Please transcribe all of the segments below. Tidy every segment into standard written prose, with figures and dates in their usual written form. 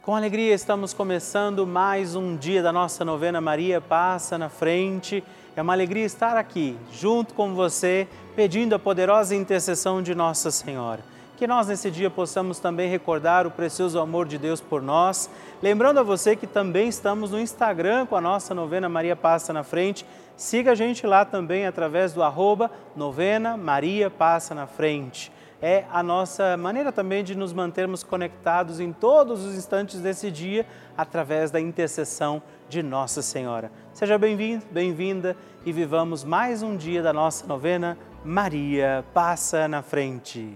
Com alegria estamos começando mais um dia da nossa novena Maria Passa na Frente. É uma alegria estar aqui, junto com você, pedindo a poderosa intercessão de Nossa Senhora. Que nós nesse dia possamos também recordar o precioso amor de Deus por nós. Lembrando a você que também estamos no Instagram com a nossa novena Maria Passa na Frente. Siga a gente lá também através do @novena Maria Passa na Frente. É a nossa maneira também de nos mantermos conectados em todos os instantes desse dia, através da intercessão de Nossa Senhora. Seja bem-vindo, bem-vinda e vivamos mais um dia da nossa novena Maria Passa na Frente.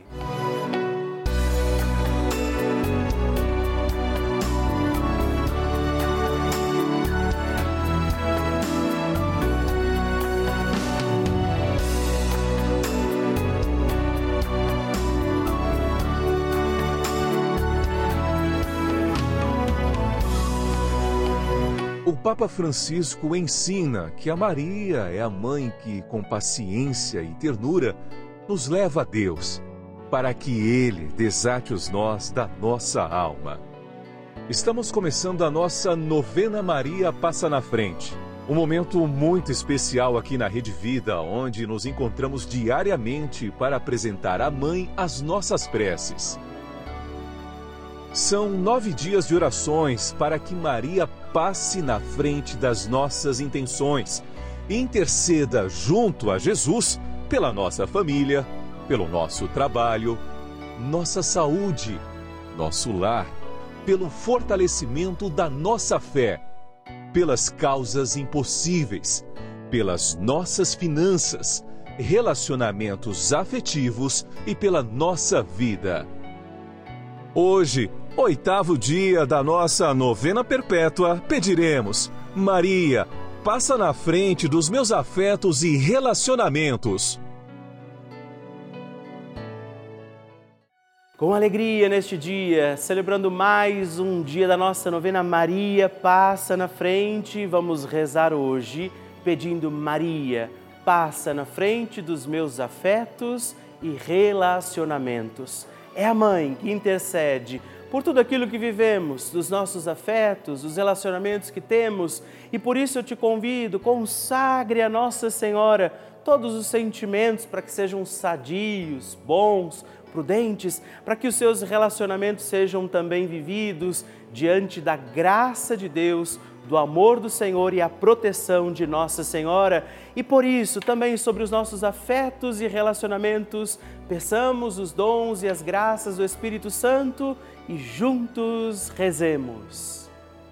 O Papa Francisco ensina que a Maria é a mãe que, com paciência e ternura, nos leva a Deus, para que Ele desate os nós da nossa alma. Estamos começando a nossa novena Maria Passa na Frente. Um momento muito especial aqui na Rede Vida, onde nos encontramos diariamente para apresentar à Mãe as nossas preces. São 9 dias de orações para que Maria passe na frente das nossas intenções e interceda junto a Jesus pela nossa família, pelo nosso trabalho, nossa saúde, nosso lar, pelo fortalecimento da nossa fé, pelas causas impossíveis, pelas nossas finanças, relacionamentos afetivos e pela nossa vida. Hoje, 8º dia da nossa novena perpétua, pediremos: Maria, passa na frente dos meus afetos e relacionamentos. Com alegria neste dia, celebrando mais um dia da nossa novena Maria Passa na Frente, vamos rezar hoje pedindo: Maria, passa na frente dos meus afetos e relacionamentos. É a mãe que intercede por tudo aquilo que vivemos, dos nossos afetos, os relacionamentos que temos, e por isso eu te convido, consagre a Nossa Senhora todos os sentimentos para que sejam sadios, bons, prudentes, para que os seus relacionamentos sejam também vividos diante da graça de Deus, do amor do Senhor e a proteção de Nossa Senhora. E por isso, também sobre os nossos afetos e relacionamentos, peçamos os dons e as graças do Espírito Santo e juntos rezemos.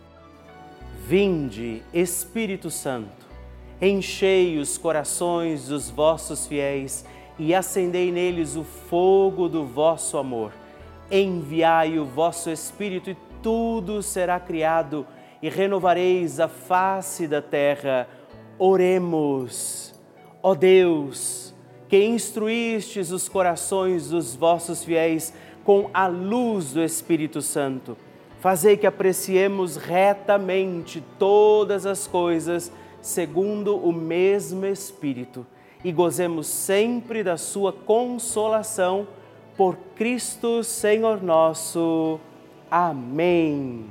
Vinde, Espírito Santo, enchei os corações dos vossos fiéis e acendei neles o fogo do vosso amor. Enviai o vosso Espírito e tudo será criado e renovareis a face da terra. Oremos. Ó Deus, que instruístes os corações dos vossos fiéis com a luz do Espírito Santo, fazei que apreciemos retamente todas as coisas segundo o mesmo Espírito e gozemos sempre da sua consolação por Cristo Senhor nosso. Amém.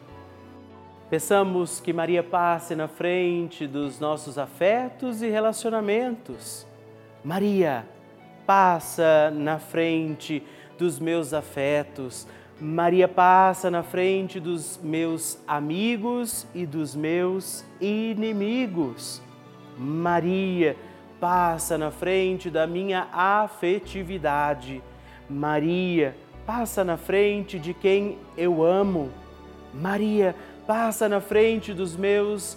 Peçamos que Maria passe na frente dos nossos afetos e relacionamentos. Maria, passa na frente dos meus afetos. Maria, passa na frente dos meus amigos e dos meus inimigos. Maria, passa na frente da minha afetividade. Maria, passa na frente de quem eu amo. Maria, passa na frente dos meus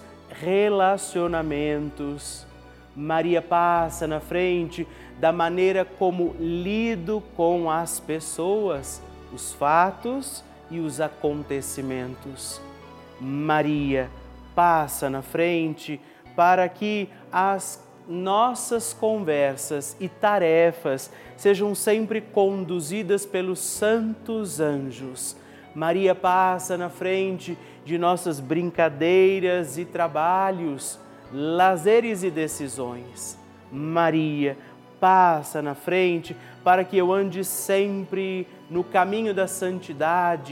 relacionamentos. Maria, passa na frente da maneira como lido com as pessoas, os fatos e os acontecimentos. Maria, passa na frente para que as nossas conversas e tarefas sejam sempre conduzidas pelos santos anjos. Maria, passa na frente de nossas brincadeiras e trabalhos, lazeres e decisões. Maria, passa na frente para que eu ande sempre no caminho da santidade,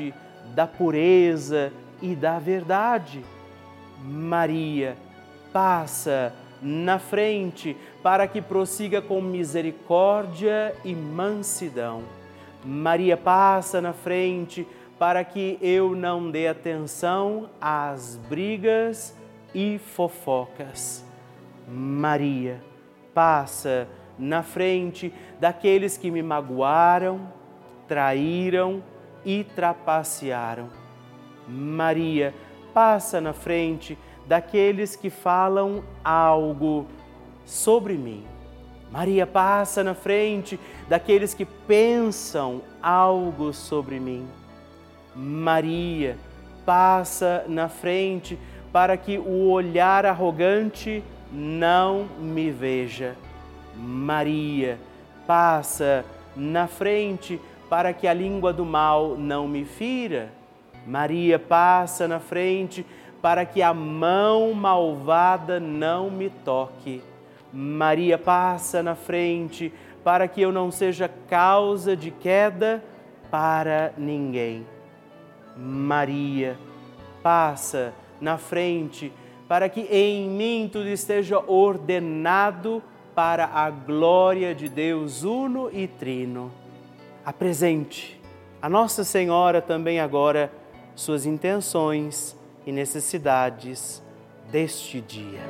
da pureza e da verdade. Maria, passa na frente para que prossiga com misericórdia e mansidão. Maria, passa na frente para que eu não dê atenção às brigas e fofocas. Maria, passa na frente daqueles que me magoaram, traíram e trapacearam. Maria, passa na frente daqueles que falam algo sobre mim. Maria, passa na frente daqueles que pensam algo sobre mim. Maria, passa na frente para que o olhar arrogante não me veja. Maria, passa na frente para que a língua do mal não me fira. Maria, passa na frente para que a mão malvada não me toque. Maria, passa na frente para que eu não seja causa de queda para ninguém. Maria, passa na frente para que em mim tudo esteja ordenado para a glória de Deus uno e trino. Apresente a Nossa Senhora também agora suas intenções e necessidades deste dia.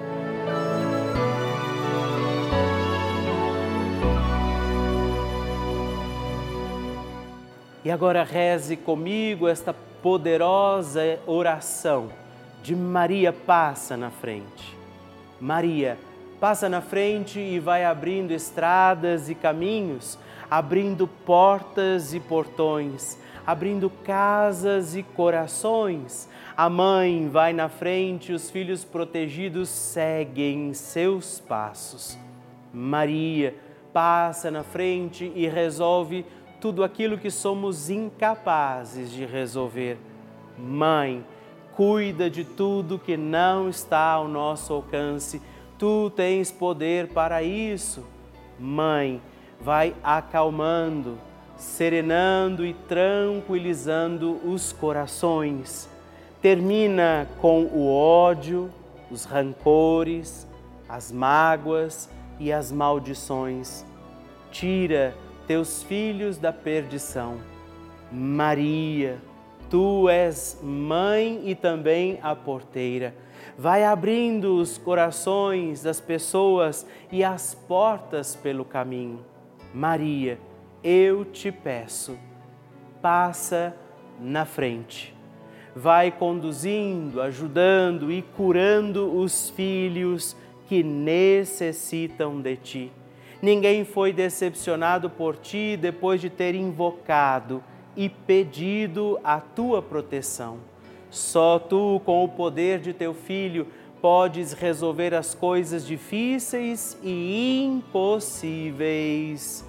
E agora reze comigo esta poderosa oração de Maria passa na frente. Maria passa na frente e vai abrindo estradas e caminhos, abrindo portas e portões, abrindo casas e corações. A mãe vai na frente, os filhos protegidos seguem seus passos. Maria passa na frente e resolve tudo aquilo que somos incapazes de resolver. Mãe, cuida de tudo que não está ao nosso alcance. Tu tens poder para isso. Mãe, vai acalmando, serenando e tranquilizando os corações. Termina com o ódio, os rancores, as mágoas e as maldições. Tira teus filhos da perdição. Maria, tu és mãe e também a porteira. Vai abrindo os corações das pessoas e as portas pelo caminho. Maria, eu te peço, passa na frente. Vai conduzindo, ajudando e curando os filhos que necessitam de ti. Ninguém foi decepcionado por ti depois de ter invocado e pedido a tua proteção. Só tu, com o poder de teu Filho, podes resolver as coisas difíceis e impossíveis.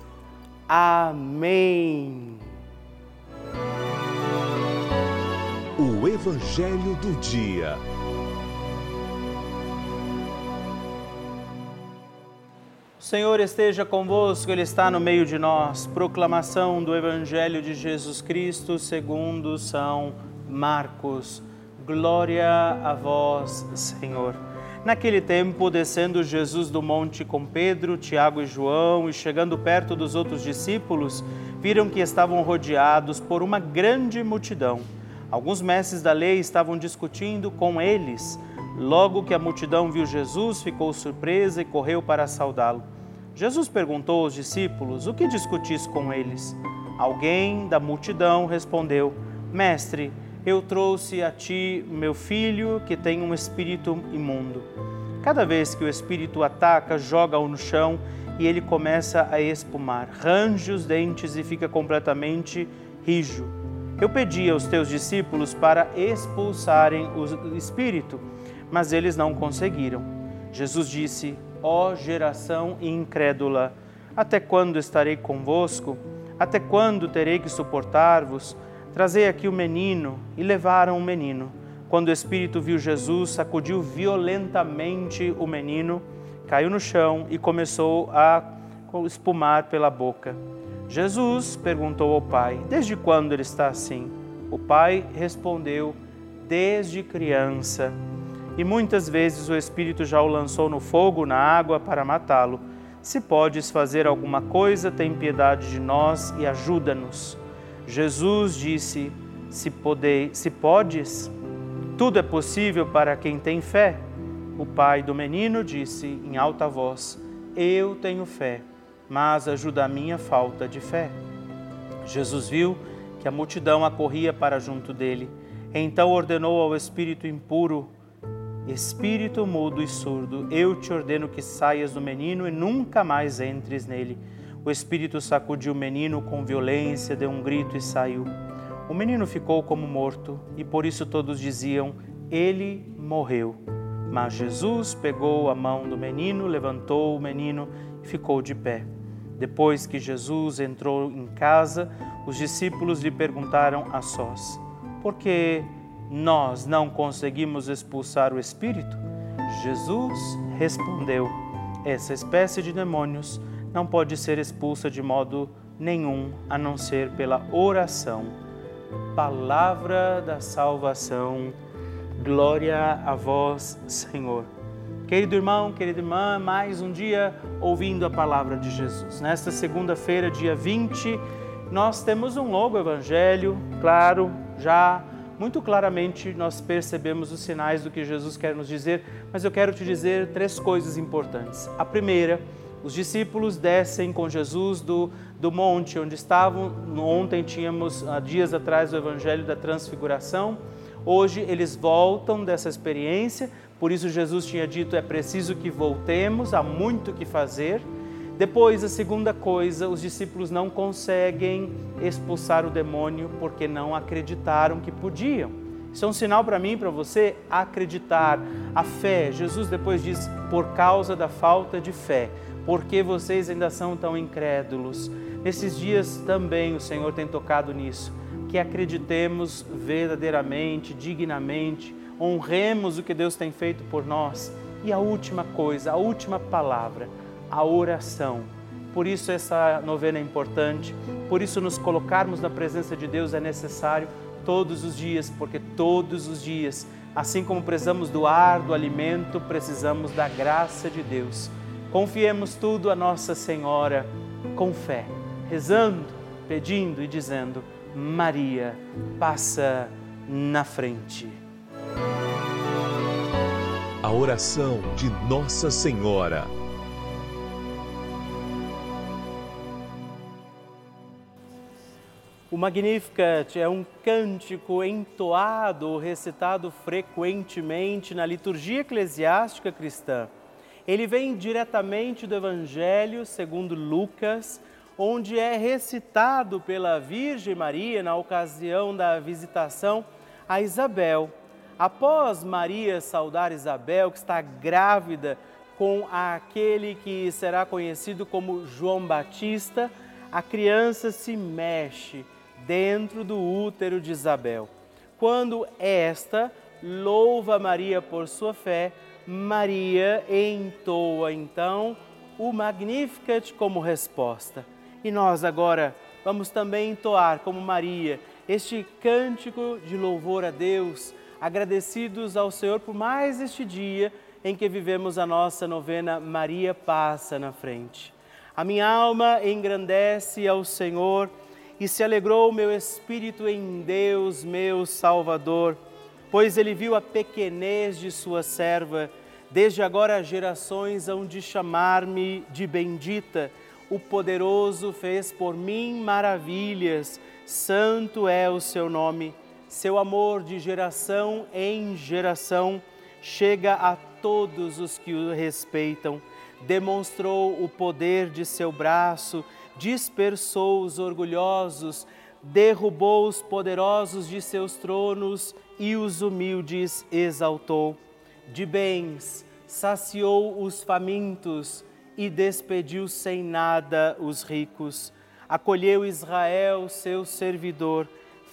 Amém. O Evangelho do Dia. O Senhor esteja convosco, Ele está no meio de nós. Proclamação do Evangelho de Jesus Cristo segundo São Marcos. Glória a vós, Senhor. Naquele tempo, descendo Jesus do monte com Pedro, Tiago e João, e chegando perto dos outros discípulos, viram que estavam rodeados por uma grande multidão. Alguns mestres da lei estavam discutindo com eles. Logo que a multidão viu Jesus, ficou surpresa e correu para saudá-lo. Jesus perguntou aos discípulos: o que discutis com eles? Alguém da multidão respondeu: Mestre, eu trouxe a ti meu filho que tem um espírito imundo. Cada vez que o espírito ataca, joga-o no chão e ele começa a espumar, range os dentes e fica completamente rijo. Eu pedi aos teus discípulos para expulsarem o espírito, mas eles não conseguiram. Jesus disse: ó geração incrédula, até quando estarei convosco? Até quando terei que suportar-vos? Trazei aqui o menino. E levaram o menino. Quando o espírito viu Jesus, sacudiu violentamente o menino, caiu no chão e começou a espumar pela boca. Jesus perguntou ao pai: desde quando ele está assim? O pai respondeu: desde criança. E muitas vezes o Espírito já o lançou no fogo, na água, para matá-lo. Se podes fazer alguma coisa, tem piedade de nós e ajuda-nos. Jesus disse: se podes, tudo é possível para quem tem fé. O pai do menino disse em alta voz: eu tenho fé, mas ajuda a minha falta de fé. Jesus viu que a multidão acorria para junto dele. Então ordenou ao espírito impuro: espírito mudo e surdo, eu te ordeno que saias do menino e nunca mais entres nele. O espírito sacudiu o menino com violência, deu um grito e saiu. O menino ficou como morto, e por isso todos diziam: ele morreu. Mas Jesus pegou a mão do menino, levantou o menino e ficou de pé. Depois que Jesus entrou em casa, os discípulos lhe perguntaram a sós: por que nós não conseguimos expulsar o espírito? Jesus respondeu: essa espécie de demônios não pode ser expulsa de modo nenhum, a não ser pela oração. Palavra da salvação. Glória a vós, Senhor. Querido irmão, querida irmã, mais um dia ouvindo a palavra de Jesus. Nesta segunda-feira, dia 20, nós temos um longo evangelho, claro, já muito claramente nós percebemos os sinais do que Jesus quer nos dizer, mas eu quero te dizer 3 coisas importantes. A primeira, os discípulos descem com Jesus do monte onde estavam. Ontem tínhamos, dias atrás, o evangelho da transfiguração. Hoje eles voltam dessa experiência, por isso Jesus tinha dito: é preciso que voltemos, há muito o que fazer. Depois, a segunda coisa, os discípulos não conseguem expulsar o demônio porque não acreditaram que podiam. Isso é um sinal para mim e para você, acreditar, a fé. Jesus depois diz: por causa da falta de fé, porque vocês ainda são tão incrédulos. Nesses dias também o Senhor tem tocado nisso, que acreditemos verdadeiramente, dignamente, honremos o que Deus tem feito por nós. E a última coisa, a última palavra, a oração. Por isso essa novena é importante, por isso nos colocarmos na presença de Deus é necessário todos os dias, porque todos os dias, assim como precisamos do ar, do alimento, precisamos da graça de Deus. Confiemos tudo a Nossa Senhora com fé, rezando, pedindo e dizendo: Maria, passa na frente. A oração de Nossa Senhora. O Magnificat é um cântico entoado ou recitado frequentemente na liturgia eclesiástica cristã. Ele vem diretamente do Evangelho segundo Lucas, onde é recitado pela Virgem Maria na ocasião da visitação a Isabel. Após Maria saudar Isabel, que está grávida com aquele que será conhecido como João Batista, a criança se mexe dentro do útero de Isabel. Quando esta louva Maria por sua fé, Maria entoa então o Magnificat como resposta. E nós agora vamos também entoar como Maria este cântico de louvor a Deus, agradecidos ao Senhor por mais este dia em que vivemos a nossa novena Maria Passa na Frente. A minha alma engrandece ao Senhor e se alegrou o meu espírito em Deus, meu Salvador, pois Ele viu a pequenez de sua serva. Desde agora as gerações hão de chamar-me de bendita. O poderoso fez por mim maravilhas, santo é o seu nome. Seu amor de geração em geração chega a todos os que o respeitam. Demonstrou o poder de seu braço, dispersou os orgulhosos, derrubou os poderosos de seus tronos e os humildes exaltou. De bens saciou os famintos e despediu sem nada os ricos. Acolheu Israel, seu servidor,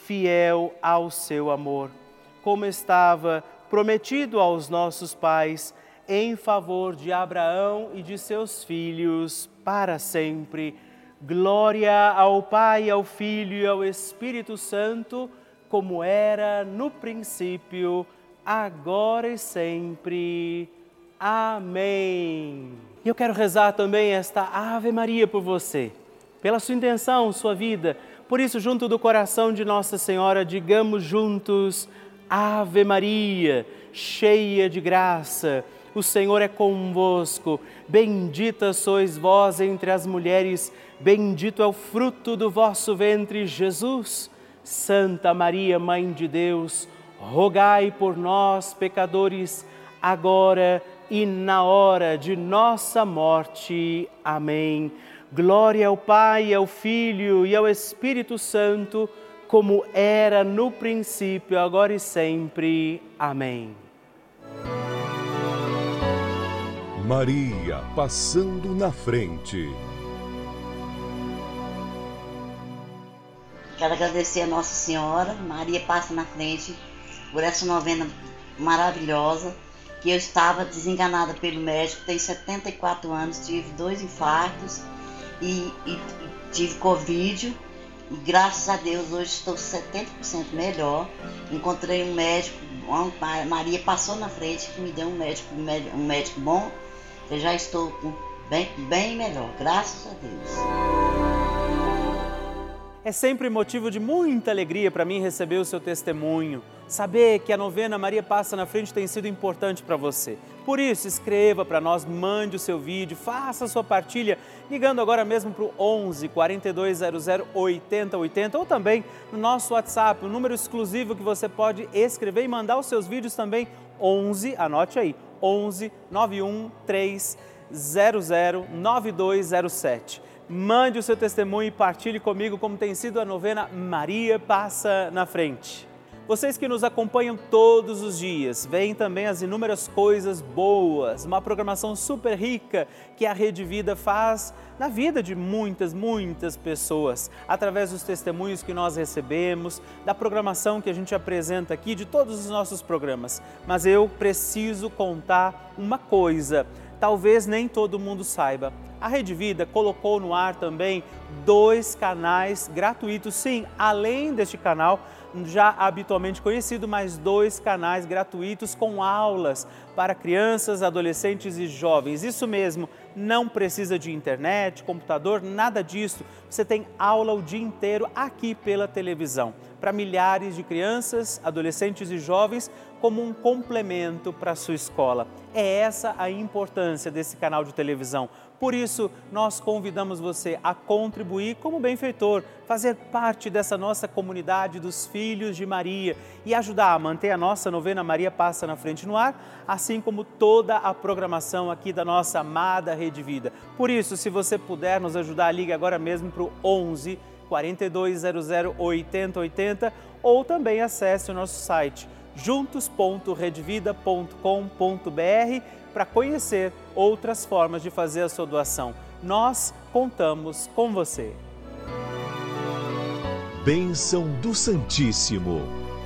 fiel ao seu amor, como estava prometido aos nossos pais, em favor de Abraão e de seus filhos para sempre. Glória ao Pai, ao Filho e ao Espírito Santo, como era no princípio, agora e sempre. Amém. E eu quero rezar também esta Ave Maria por você, pela sua intenção, sua vida. Por isso, junto do coração de Nossa Senhora, digamos juntos: Ave Maria, cheia de graça, o Senhor é convosco. Bendita sois vós entre as mulheres, bendito é o fruto do vosso ventre, Jesus. Santa Maria, Mãe de Deus, rogai por nós, pecadores, agora e na hora de nossa morte. Amém. Glória ao Pai, ao Filho e ao Espírito Santo, como era no princípio, agora e sempre. Amém. Maria passando na frente. Quero agradecer a Nossa Senhora, Maria passa na frente, por essa novena maravilhosa, que eu estava desenganada pelo médico, tenho 74 anos, tive 2 infartos e tive Covid, e graças a Deus hoje estou 70% melhor. Encontrei um médico, Maria passou na frente, que me deu um médico bom, eu já estou bem melhor, graças a Deus. É sempre motivo de muita alegria para mim receber o seu testemunho, saber que a novena Maria Passa na Frente tem sido importante para você. Por isso, escreva para nós, mande o seu vídeo, faça a sua partilha, ligando agora mesmo para o 11 4200 8080 ou também no nosso WhatsApp, um número exclusivo que você pode escrever e mandar os seus vídeos também, 11, anote aí, 11 91 300 9207. Mande o seu testemunho e partilhe comigo como tem sido a novena Maria Passa na Frente. Vocês que nos acompanham todos os dias, veem também as inúmeras coisas boas, uma programação super rica que a Rede Vida faz na vida de muitas pessoas, através dos testemunhos que nós recebemos, da programação que a gente apresenta aqui, de todos os nossos programas. Mas eu preciso contar uma coisa, talvez nem todo mundo saiba. A Rede Vida colocou no ar também 2 canais gratuitos, sim, além deste canal já habitualmente conhecido, mais 2 canais gratuitos com aulas para crianças, adolescentes e jovens. Isso mesmo, não precisa de internet, computador, nada disso. Você tem aula o dia inteiro aqui pela televisão, para milhares de crianças, adolescentes e jovens, como um complemento para a sua escola. É essa a importância desse canal de televisão. Por isso, nós convidamos você a contribuir como benfeitor, fazer parte dessa nossa comunidade dos Filhos de Maria e ajudar a manter a nossa novena Maria Passa na Frente no ar, assim como toda a programação aqui da nossa amada Rede Vida. Por isso, se você puder nos ajudar, ligue agora mesmo para o 11 4200 8080 ou também acesse o nosso site juntos.redvida.com.br para conhecer outras formas de fazer a sua doação. Nós contamos com você. Bênção do Santíssimo.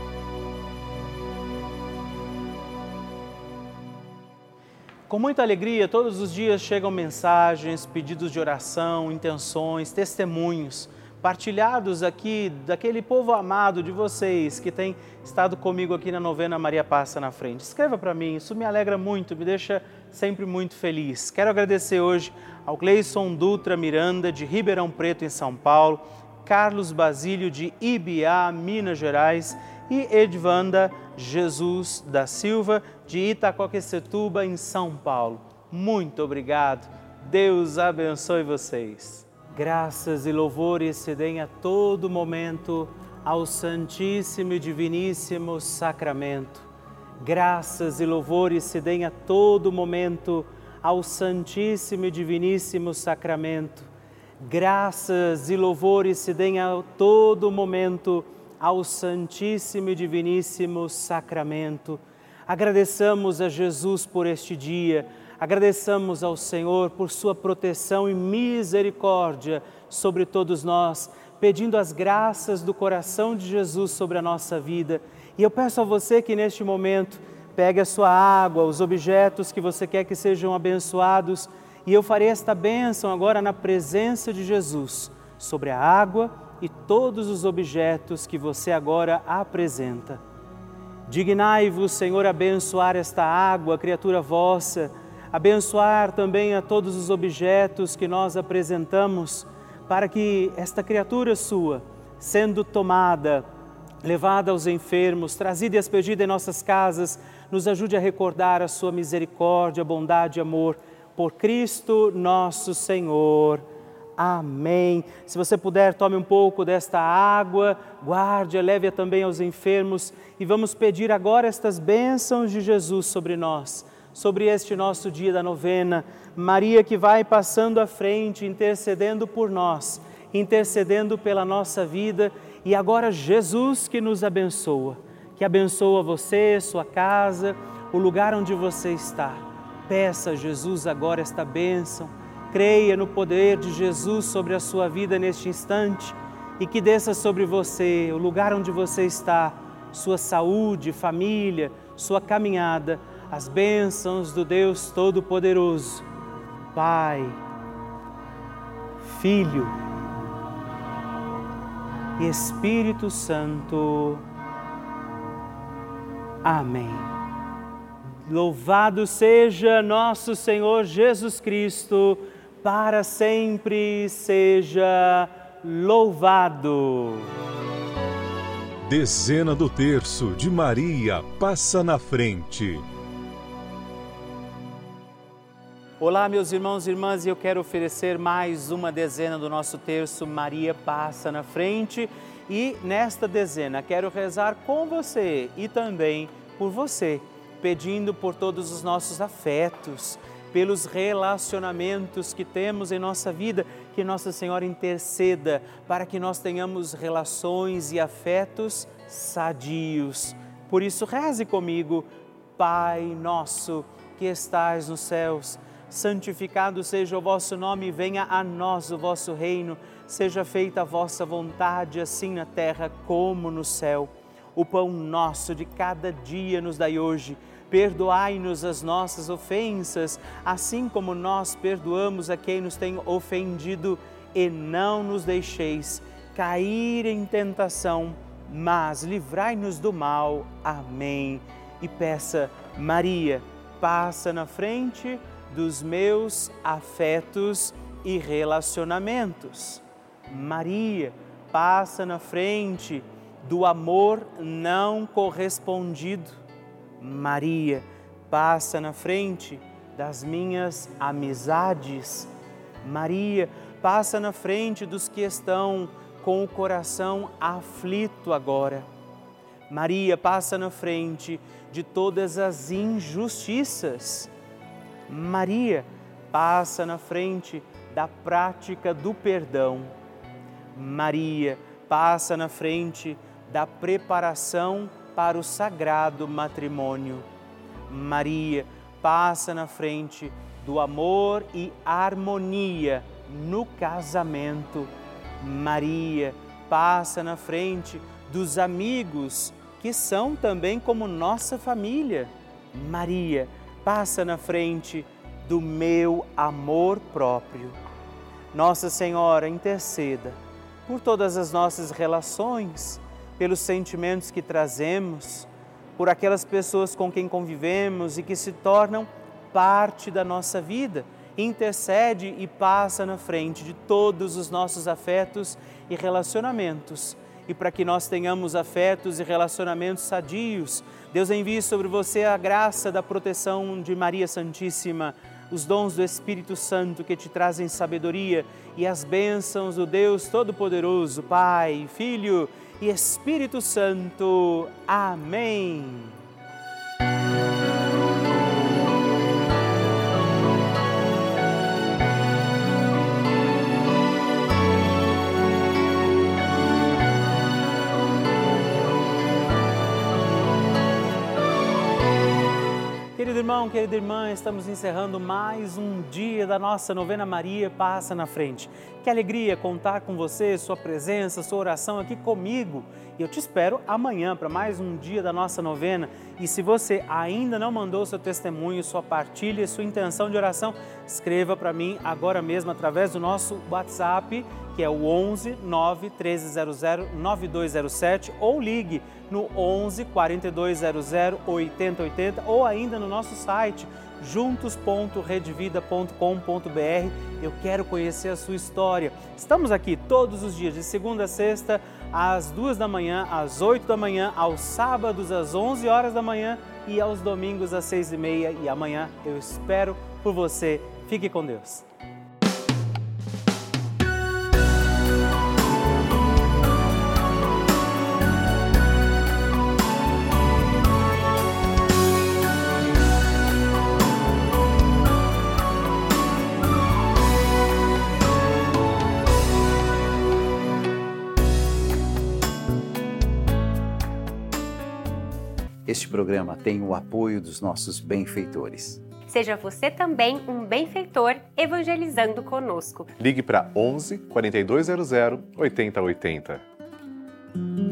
Com muita alegria, todos os dias chegam mensagens, pedidos de oração, intenções, testemunhos, partilhados aqui daquele povo amado de vocês que tem estado comigo aqui na novena Maria Passa na Frente. Escreva para mim, isso me alegra muito, me deixa sempre muito feliz. Quero agradecer hoje ao Gleison Dutra Miranda, de Ribeirão Preto, em São Paulo, Carlos Basílio, de Ibiá, Minas Gerais, e Edvanda Jesus da Silva, de Itaquaquecetuba, em São Paulo. Muito obrigado. Deus abençoe vocês. Graças e louvores se deem a todo momento ao Santíssimo e Diviníssimo Sacramento. Graças e louvores se deem a todo momento ao Santíssimo e Diviníssimo Sacramento. Graças e louvores se deem a todo momento ao Santíssimo e Diviníssimo Sacramento. Agradeçamos a Jesus por este dia. Agradeçamos ao Senhor por sua proteção e misericórdia sobre todos nós, pedindo as graças do coração de Jesus sobre a nossa vida. E eu peço a você que neste momento pegue a sua água, os objetos que você quer que sejam abençoados, e eu farei esta bênção agora na presença de Jesus, sobre a água e todos os objetos que você agora apresenta. Dignai-vos, Senhor, abençoar esta água, criatura vossa, abençoar também a todos os objetos que nós apresentamos, para que esta criatura sua, sendo tomada, levada aos enfermos, trazida e expedida em nossas casas, nos ajude a recordar a sua misericórdia, bondade e amor, por Cristo nosso Senhor. Amém. Se você puder, tome um pouco desta água, guarde-a, leve-a também aos enfermos e vamos pedir agora estas bênçãos de Jesus sobre nós, sobre este nosso dia da novena. Maria que vai passando à frente, intercedendo por nós, intercedendo pela nossa vida, e agora Jesus que nos abençoa, que abençoa você, sua casa, o lugar onde você está. Peça a Jesus agora esta bênção, creia no poder de Jesus sobre a sua vida neste instante e que desça sobre você, o lugar onde você está, sua saúde, família, sua caminhada, as bênçãos do Deus Todo-Poderoso, Pai, Filho e Espírito Santo. Amém. Louvado seja nosso Senhor Jesus Cristo, para sempre seja louvado. Dezena do terço de Maria passa na frente. Olá, meus irmãos e irmãs, e eu quero oferecer mais uma dezena do nosso terço Maria passa na frente. E nesta dezena quero rezar com você e também por você, pedindo por todos os nossos afetos, pelos relacionamentos que temos em nossa vida, que Nossa Senhora interceda para que nós tenhamos relações e afetos sadios. Por isso, reze comigo. Pai nosso que estais nos céus, santificado seja o vosso nome, venha a nós o vosso reino, seja feita a vossa vontade, assim na terra como no céu. O pão nosso de cada dia nos dai hoje. Perdoai-nos as nossas ofensas, assim como nós perdoamos a quem nos tem ofendido, e não nos deixeis cair em tentação, mas livrai-nos do mal. Amém. E peça: Maria, passa na frente dos meus afetos e relacionamentos. Maria, passa na frente do amor não correspondido. Maria, passa na frente das minhas amizades. Maria, passa na frente dos que estão com o coração aflito agora. Maria, passa na frente de todas as injustiças. Maria, passa na frente da prática do perdão. Maria, passa na frente da preparação para o sagrado matrimônio. Maria, passa na frente do amor e harmonia no casamento. Maria, passa na frente dos amigos que são também como nossa família. Maria, passa na frente do meu amor próprio. Nossa Senhora, interceda por todas as nossas relações, pelos sentimentos que trazemos, por aquelas pessoas com quem convivemos e que se tornam parte da nossa vida. Intercede e passa na frente de todos os nossos afetos e relacionamentos. E para que nós tenhamos afetos e relacionamentos sadios, Deus envie sobre você a graça da proteção de Maria Santíssima, os dons do Espírito Santo que te trazem sabedoria e as bênçãos do Deus Todo-Poderoso, Pai, Filho e Espírito Santo. Amém. Querido irmão, querida irmã, estamos encerrando mais um dia da nossa novena Maria Passa na Frente. Que alegria contar com você, sua presença, sua oração aqui comigo. E eu te espero amanhã para mais um dia da nossa novena. E se você ainda não mandou seu testemunho, sua partilha, sua intenção de oração, escreva para mim agora mesmo através do nosso WhatsApp, que é o 11 9 1300 9207, ou ligue no 11 4200 8080, ou ainda no nosso site juntos.redvida.com.br. Eu quero conhecer a sua história. Estamos aqui todos os dias, de segunda a sexta, às 2 da manhã, às 8 da manhã, aos sábados às 11 horas da manhã e aos domingos às 6h30. E amanhã eu espero por você. Fique com Deus. Este programa tem o apoio dos nossos benfeitores. Seja você também um benfeitor evangelizando conosco. Ligue para 11 4200 8080.